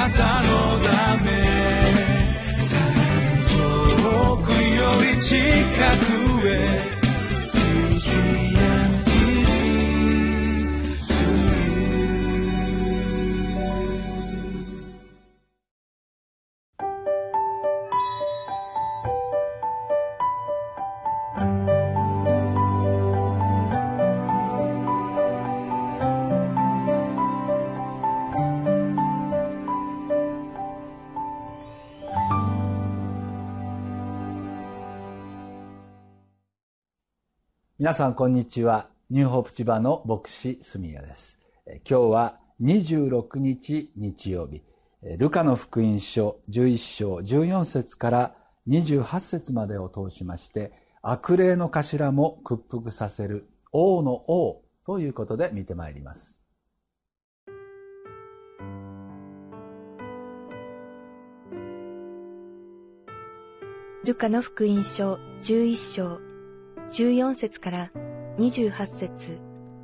なたのため、遠くより近くへ皆さんこんにちは。ニューホープ千葉の牧師住谷です。今日は26日日曜日、ルカの福音書11章14節から28節までを通しまして、悪霊の頭も屈服させる王の王ということで見てまいります。 ルカの福音書11章14節から28節。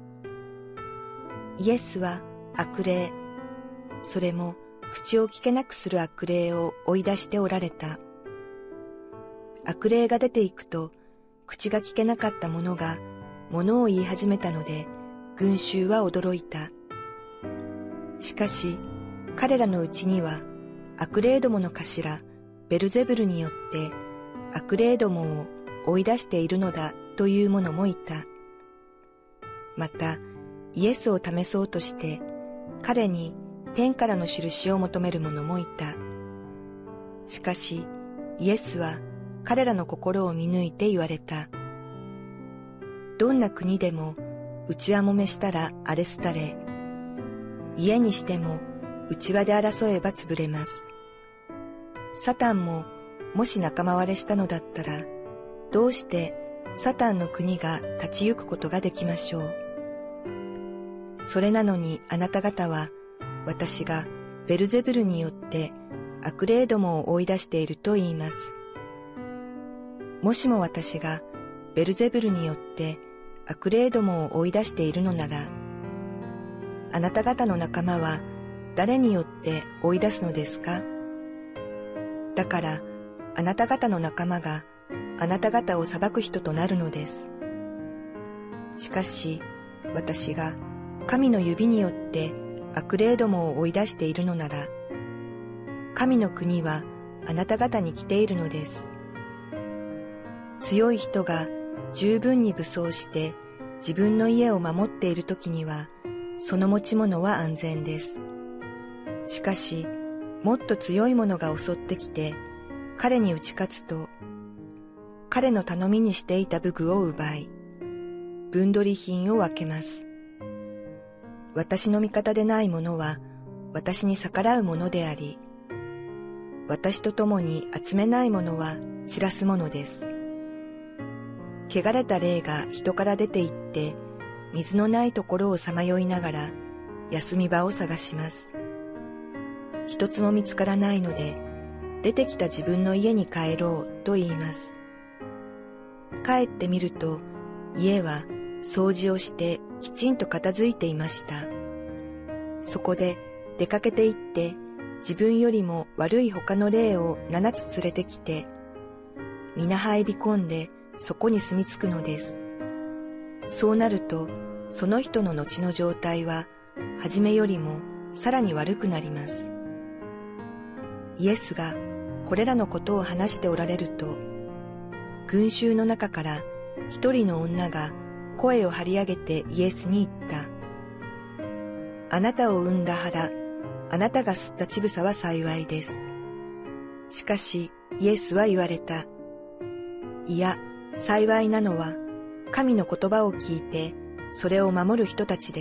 イエスは悪霊、それも口を聞けなくする悪霊を追い出しておられた。悪霊が出ていくと、口が聞けなかった者が物を言い始めたので、群衆は驚いた。しかし、彼らのうちには悪霊どもの頭、ベルゼブルによって悪霊どもを追い出しているのだという者もいた。また、イエスを試そうとして、彼に天からの印を求める者もいた。しかし、イエスは彼らの心を見抜いて言われた。どんな国でも、内輪もめしたら荒れ廃れ、家にしても内輪で争えば潰れます。サタンも、もし仲間割れしたのだったら、どうしてサタンの国が立ち行くことができましょう。それなのにあなた方は、私がベルゼブルによって悪霊どもを追い出していると言います。もしも私がベルゼブルによって悪霊どもを追い出しているのなら、あなた方の仲間は誰によって追い出すのですか？だから、あなた方の仲間があなた方を裁く人となるのです。しかし、私が神の指によって悪霊どもを追い出しているのなら、神の国はあなた方に来ているのです。強い人が十分に武装して自分の家を守っているときには、その持ち物は安全です。しかし、もっと強い者が襲ってきて、彼に打ち勝つと、彼の頼みにしていた武具を奪い、分取り品を分けます。私の味方でない者は、私に逆らう者であり、私と共に集めない者は散らす者です。汚れた霊が人から出て行って、水のないところをさまよいながら、休み場を探します。一つも見つからないので、出てきた自分の家に帰ろうと言います。帰ってみると、家は掃除をしてきちんと片付いていました。そこで出かけて行って、自分よりも悪い他の霊を7つ連れてきて、皆入り込んでそこに住み着くのです。そうなると、その人の後の状態は、初めよりもさらに悪くなります。イエスがこれらのことを話しておられると、群衆の中から一人の女が声を張り上げてイエスに言った。あなたを産んだ腹、あなたが吸った乳房は幸いです。しかしイエスは言われた。いや、幸いなのは神の言葉を聞いてそれを守る人たちです。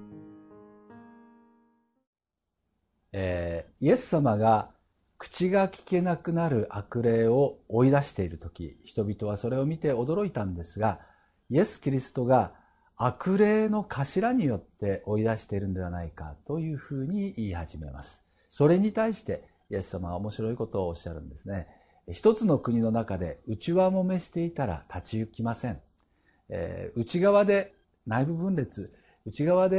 イエス様が口が聞けなくなる悪霊を追い出しているとき、人々はそれを見て驚いたんですが、イエス・キリストが悪霊の頭によって追い出しているんではないかというふうに言い始めます。それに対してイエス様は面白いことをおっしゃるんですね。一つの国の中で内輪もめしていたら立ち行きません。内側で内部分裂、内側で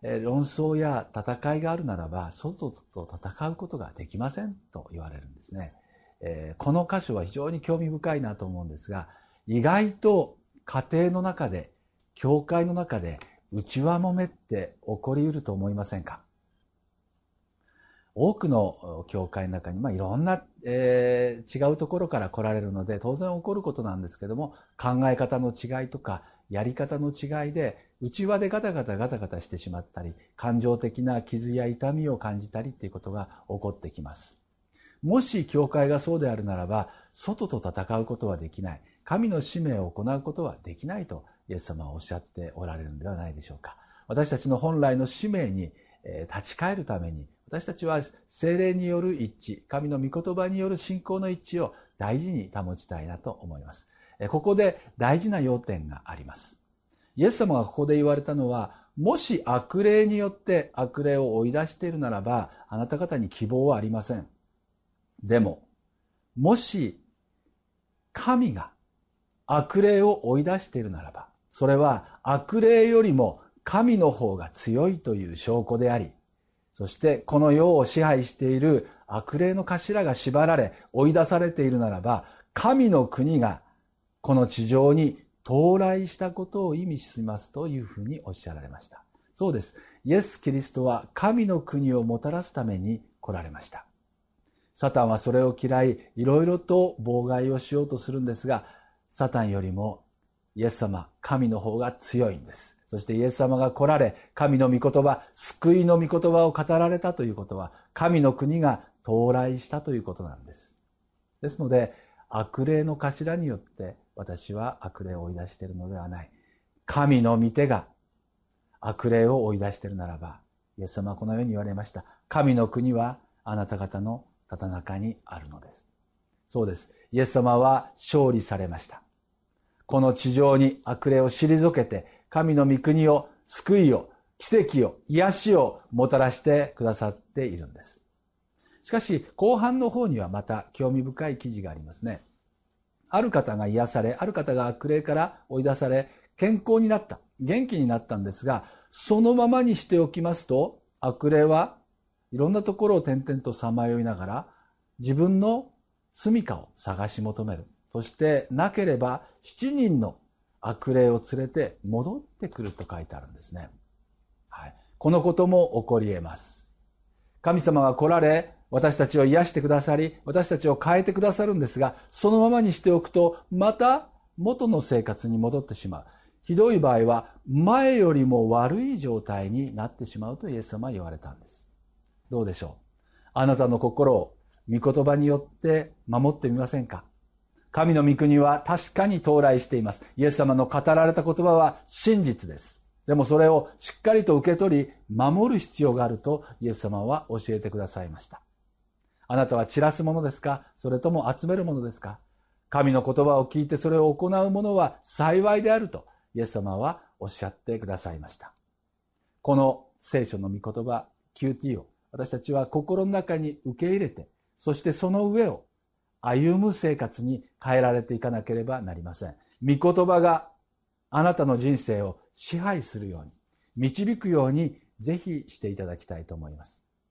論争や戦いがあるならば外と戦うことができませんと言われるんですね。この箇所は非常に興味深いなと思うんですが、意外と家庭の中で教会の中で内輪もめって起こりうると思いませんか？多くの教会の中に、いろんな、違うところから来られるので当然起こることなんですけども、考え方の違いとかやり方の違いで内輪でガタガタしてしまったり、感情的な傷や痛みを感じたりということが起こってきます。もし教会がそうであるならば、外と戦うことはできない、神の使命を行うことはできないとイエス様はおっしゃっておられるのではないでしょうか。私たちの本来の使命に立ち返るために、私たちは聖霊による一致、神の御言葉による信仰の一致を大事に保ちたいなと思います。ここで大事な要点があります。イエス様がここで言われたのは、もし悪霊によって悪霊を追い出しているならば、あなた方に希望はありません。でも、もし神が悪霊を追い出しているならば、それは悪霊よりも神の方が強いという証拠であり、そしてこの世を支配している悪霊の頭が縛られ追い出されているならば、神の国がこの地上に到来したことを意味しますというふうにおっしゃられました。そうです。イエス・キリストは神の国をもたらすために来られました。サタンはそれを嫌い、いろいろと妨害をしようとするんですが、サタンよりもイエス様、神の方が強いんです。そしてイエス様が来られ、神の御言葉、救いの御言葉を語られたということは、神の国が到来したということなんです。ですので、悪霊の頭によって私は悪霊を追い出しているのではない。神の御手が悪霊を追い出しているならば、イエス様はこのように言われました。神の国はあなた方のただ中にあるのです。そうです。イエス様は勝利されました。この地上に悪霊を退けて、神の御国を、救いを、奇跡を、癒しをもたらしてくださっているんです。しかし、後半の方にはまた興味深い記事がありますね。ある方が癒され、ある方が悪霊から追い出され、健康になった、元気になったんですが、そのままにしておきますと、悪霊はいろんなところを転々とさまよいながら、自分の住処を探し求める。そしてなければ7人の悪霊を連れて戻ってくると書いてあるんですね。はい、このことも起こり得ます。神様が来られ、私たちを癒してくださり、私たちを変えてくださるんですが、そのままにしておくと、また元の生活に戻ってしまう。ひどい場合は、前よりも悪い状態になってしまうとイエス様は言われたんです。どうでしょう？あなたの心を御言葉によって守ってみませんか？神の御国は確かに到来しています。イエス様の語られた言葉は真実です。でもそれをしっかりと受け取り、守る必要があるとイエス様は教えてくださいました。あなたは散らすものですか？それとも集めるものですか？神の言葉を聞いてそれを行うものは幸いであるとイエス様はおっしゃってくださいました。この聖書の御言葉 QT を私たちは心の中に受け入れて、そしてその上を歩む生活に変えられていかなければなりません。御言葉があなたの人生を支配するように、導くようにぜひしていただきたいと思います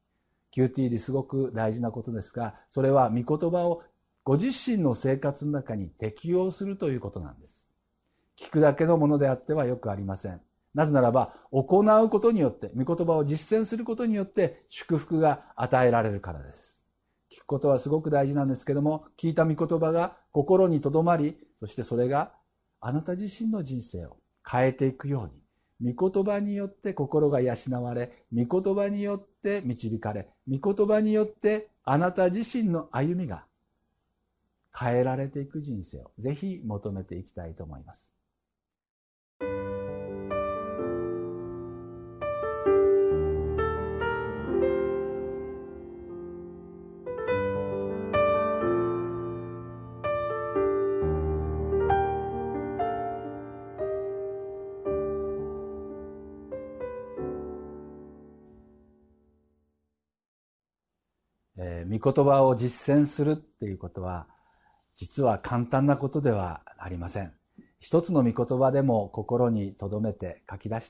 。QT ですごく大事なことですが、それは御言葉をご自身の生活の中に適用するということなんです。聞くだけのものであってはよくありません。なぜならば、行うことによって、御言葉を実践することによって祝福が与えられるからです。聞くことはすごく大事なんですけども、聞いた御言葉が心に留まり、そしてそれがあなた自身の人生を変えていくように、御言葉によって心が養われ、御言葉によって導かれ、御言葉によってあなた自身の歩みが変えられていく人生をぜひ求めていきたいと思います。御言葉を実践するっていうことは実は簡単なことではありません。一つの御言葉でも心に留めて書き出して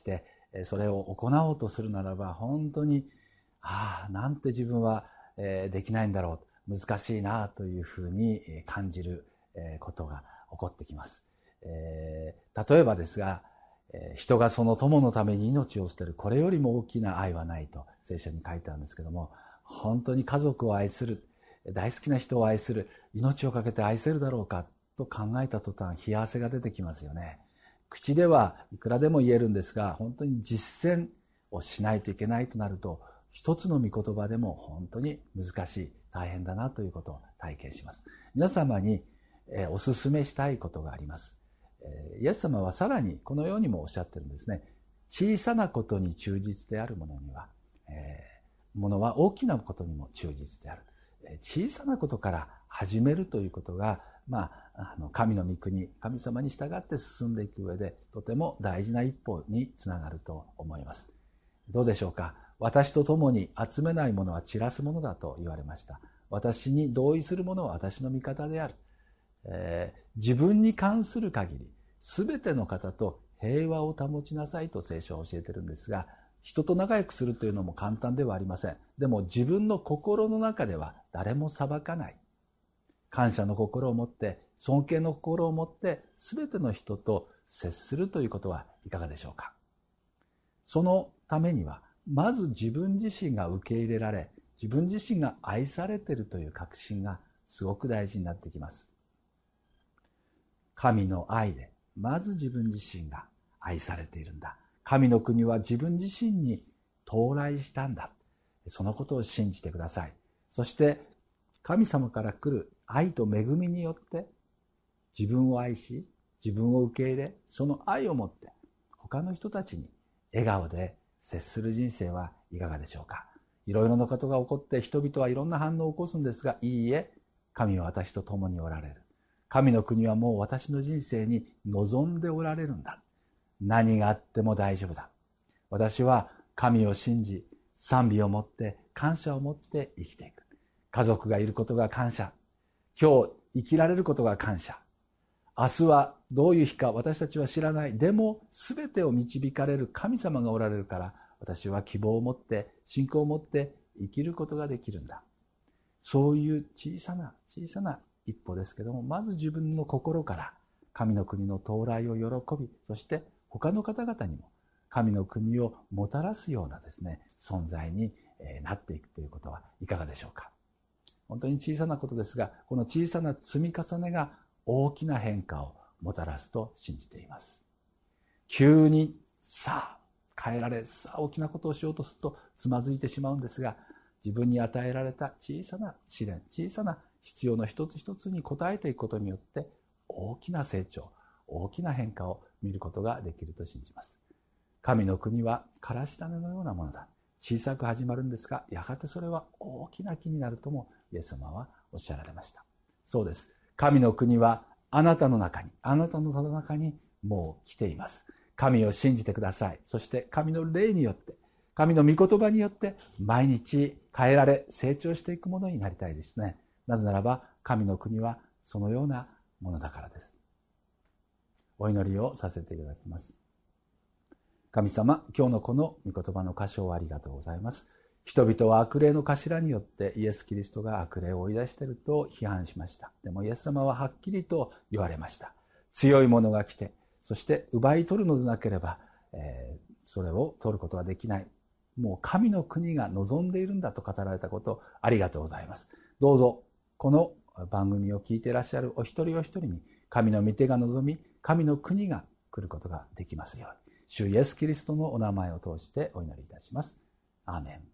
それを行おうとするならば本当になんて自分はできないんだろう、難しいなというふうに感じることが起こってきます。例えばですが、人がその友のために命を捨てる、これよりも大きな愛はないと聖書に書いてあるんですけども、本当に家族を愛する、大好きな人を愛する、命をかけて愛せるだろうかと考えた途端、冷や汗が出てきますよね。口ではいくらでも言えるんですが、本当に実践をしないといけないとなると、一つの御言葉でも本当に難しい、大変だなということを体験します。皆様にお勧めしたいことがあります。イエス様はさらにこのようにもおっしゃってるんですね。小さなことに忠実である者には、者は大きなことにも忠実である。小さなことから始めるということが、神の御国、神様に従って進んでいく上でとても大事な一歩につながると思います。どうでしょうか。私と共に集めないものは散らすものだと言われました。私に同意するものは私の味方である。自分に関する限り全ての方と平和を保ちなさいと聖書は教えているんですが、人と仲良くするというのも簡単ではありません。でも自分の心の中では誰も裁かない、感謝の心を持って、尊敬の心を持って全ての人と接するということはいかがでしょうか。そのためにはまず自分自身が受け入れられ、自分自身が愛されているという確信がすごく大事になってきます。神の愛でまず自分自身が愛されているんだ。神の国は自分自身に到来したんだ。そのことを信じてください。そして神様から来る愛と恵みによって自分を愛し、自分を受け入れ、その愛をもって他の人たちに笑顔で接する人生はいかがでしょうか。いろいろなことが起こって人々はいろんな反応を起こすんですが、いいえ、神は私と共におられる。神の国はもう私の人生に望んでおられるんだ。何があっても大丈夫だ。私は神を信じ、賛美を持って、感謝を持って生きていく。家族がいることが感謝。今日生きられることが感謝。明日はどういう日か私たちは知らない。でも全てを導かれる神様がおられるから、私は希望を持って、信仰を持って生きることができるんだ。そういう小さな一歩ですけども、まず自分の心から神の国の到来を喜び、そして他の方々にも神の国をもたらすようなですね、存在になっていくということはいかがでしょうか。本当に小さなことですが、この小さな積み重ねが大きな変化をもたらすと信じています。急に変えられ、大きなことをしようとするとつまずいてしまうんですが、自分に与えられた小さな試練、小さな必要の一つ一つに応えていくことによって大きな成長、大きな変化を見ることができると信じます。神の国はからし種のようなものだ。小さく始まるんですが、やがてそれは大きな木になるともイエス様はおっしゃられました。そうです。神の国はあなたの中に、あなたの中にもう来ています。神を信じてください。そして神の霊によって、神の御言葉によって毎日変えられ成長していくものになりたいですね。なぜならば神の国はそのようなものだからです。お祈りをさせていただきます。神様、今日のこの御言葉の箇所をありがとうございます。人々は悪霊の頭によってイエス・キリストが悪霊を追い出していると批判しました。でもイエス様ははっきりと言われました。強い者が来て、そして奪い取るのでなければ、それを取ることはできない。もう神の国が望んでいるんだと語られたことありがとうございます。どうぞこの番組を聞いていらっしゃるお一人お一人に神の御手が望み、神の国が来ることができますように、主イエスキリストのお名前を通してお祈りいたします。アーメン。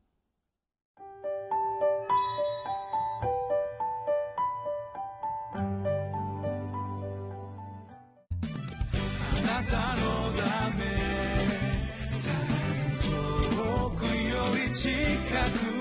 あなたのため遠くより近く